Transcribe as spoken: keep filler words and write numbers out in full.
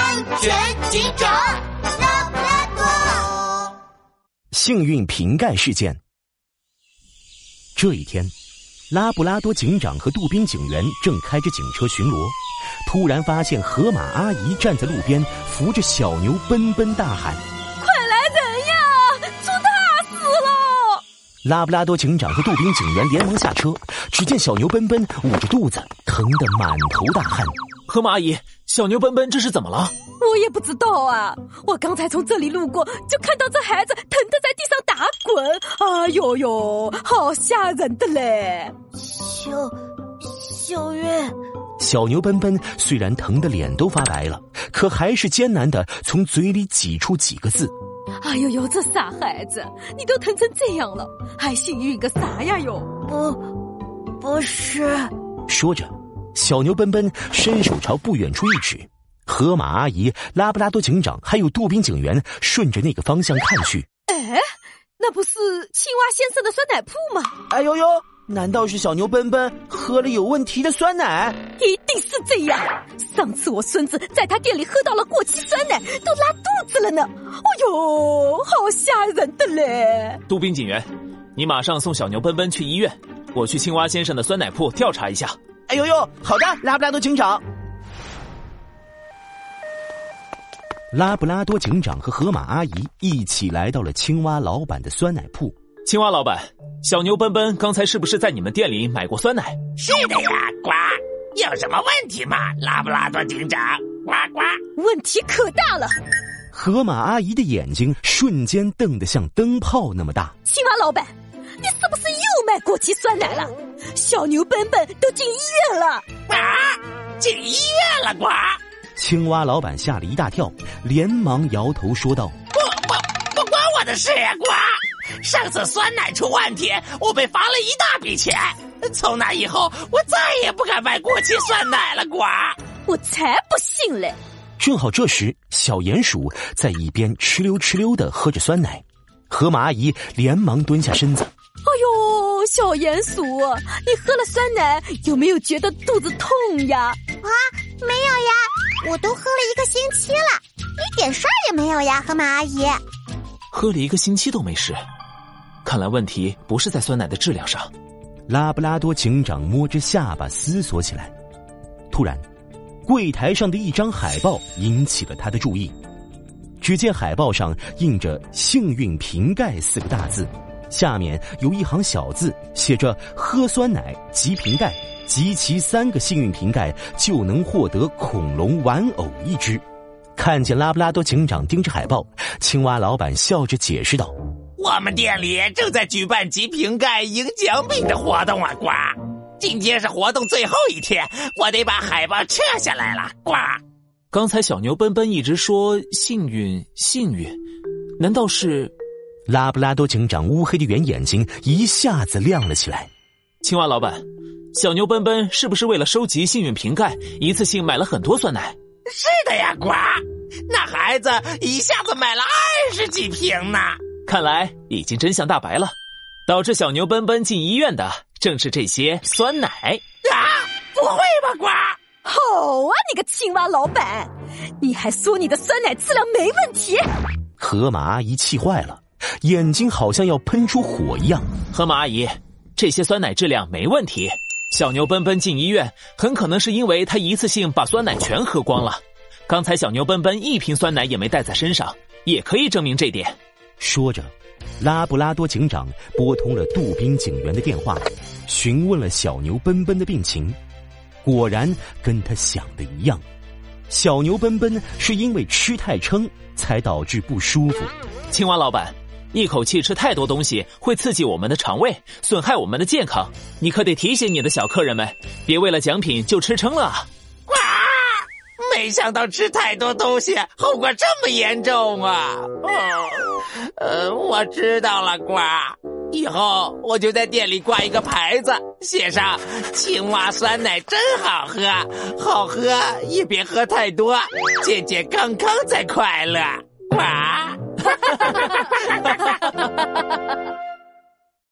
安全警长拉布拉多。 幸运瓶盖事件。这一天，拉布拉多警长和杜宾警员正开着警车巡逻，突然发现河马阿姨站在路边，扶着小牛奔奔大喊： 快来人呀，出大事了！ 拉布拉多警长和杜宾警员连忙下车，只见小牛奔奔捂着肚子，疼得满头大汗。 河马阿姨，小牛奔奔这是怎么了？ 我也不知道啊，我刚才从这里路过，就看到这孩子疼得在地上打滚，哎呦呦，好吓人的嘞！ 小小月， 小牛奔奔虽然疼得脸都发白了，可还是艰难地从嘴里挤出几个字： 哎呦呦，这傻孩子，你都疼成这样了，还幸运个啥呀哟？ 不，不是。 说着，小牛奔奔伸手朝不远处一指，河马阿姨、拉布拉多警长还有杜宾警员顺着那个方向看去。 哎，那不是青蛙先生的酸奶铺吗？ 哎呦呦，难道是小牛奔奔喝了有问题的酸奶？ 一定是这样，上次我孙子在他店里喝到了过期酸奶，都拉肚子了呢。哎呦，好吓人的嘞！ 杜宾警员，你马上送小牛奔奔去医院，我去青蛙先生的酸奶铺调查一下。 哎呦呦，好的，拉布拉多警长。 拉布拉多警长和河马阿姨一起来到了青蛙老板的酸奶铺。 青蛙老板，小牛奔奔刚才是不是在你们店里买过酸奶？ 是的呀，呱，有什么问题吗？拉布拉多警长，呱呱。 问题可大了！ 河马阿姨的眼睛瞬间瞪得像灯泡那么大。 青蛙老板，你是不是又买过期酸奶了？小牛奔奔都进医院了！ 啊，进医院了，呱！ 青蛙老板吓了一大跳，连忙摇头说道： 不不不关我的事呀，呱！上次酸奶出问题，我被罚了一大笔钱，从那以后我再也不敢买过期酸奶了，呱！ 我才不信嘞！ 正好这时，小鼹鼠在一边哧溜哧溜地喝着酸奶，河马阿姨连忙蹲下身子。 哎呦，小鼹鼠，你喝了酸奶有没有觉得肚子痛呀？ 啊，没有呀，我都喝了一个星期了，一点事儿也没有呀，河马阿姨。 喝了一个星期都没事，看来问题不是在酸奶的质量上。 拉布拉多警长摸着下巴思索起来。突然，柜台上的一张海报引起了他的注意。只见海报上印着幸运瓶盖四个大字，下面有一行小字写着喝酸奶集瓶盖，集齐三个幸运瓶盖就能获得恐龙玩偶一只。看见拉布拉多警长盯着海报，青蛙老板笑着解释道： 我们店里正在举办集瓶盖赢奖品的活动啊，呱！今天是活动最后一天，我得把海报撤下来了，呱！ 刚才小牛奔奔一直说幸运幸运，难道是…… 拉布拉多警长乌黑的圆眼睛一下子亮了起来。 青蛙老板，小牛奔奔是不是为了收集幸运瓶盖，一次性买了很多酸奶？ 是的呀，呱！那孩子一下子买了二十几瓶呢。 看来已经真相大白了，导致小牛奔奔进医院的正是这些酸奶啊！不会吧，呱！ 好啊，你个青蛙老板，你还说你的酸奶质量没问题？ 河马阿姨气坏了，眼睛好像要喷出火一样。 河马阿姨，这些酸奶质量没问题，小牛奔奔进医院很可能是因为他一次性把酸奶全喝光了。刚才小牛奔奔一瓶酸奶也没带在身上，也可以证明这点。 说着，拉布拉多警长拨通了杜宾警员的电话，询问了小牛奔奔的病情。果然跟他想的一样，小牛奔奔是因为吃太撑才导致不舒服。 青蛙老板，一口气吃太多东西会刺激我们的肠胃，损害我们的健康，你可得提醒你的小客人们，别为了奖品就吃撑了啊！ 呱！没想到吃太多东西后果这么严重啊！哦，呃，我知道了，呱。以后我就在店里挂一个牌子，写上青蛙酸奶真好喝，好喝也别喝太多，健健康康才快乐。呱！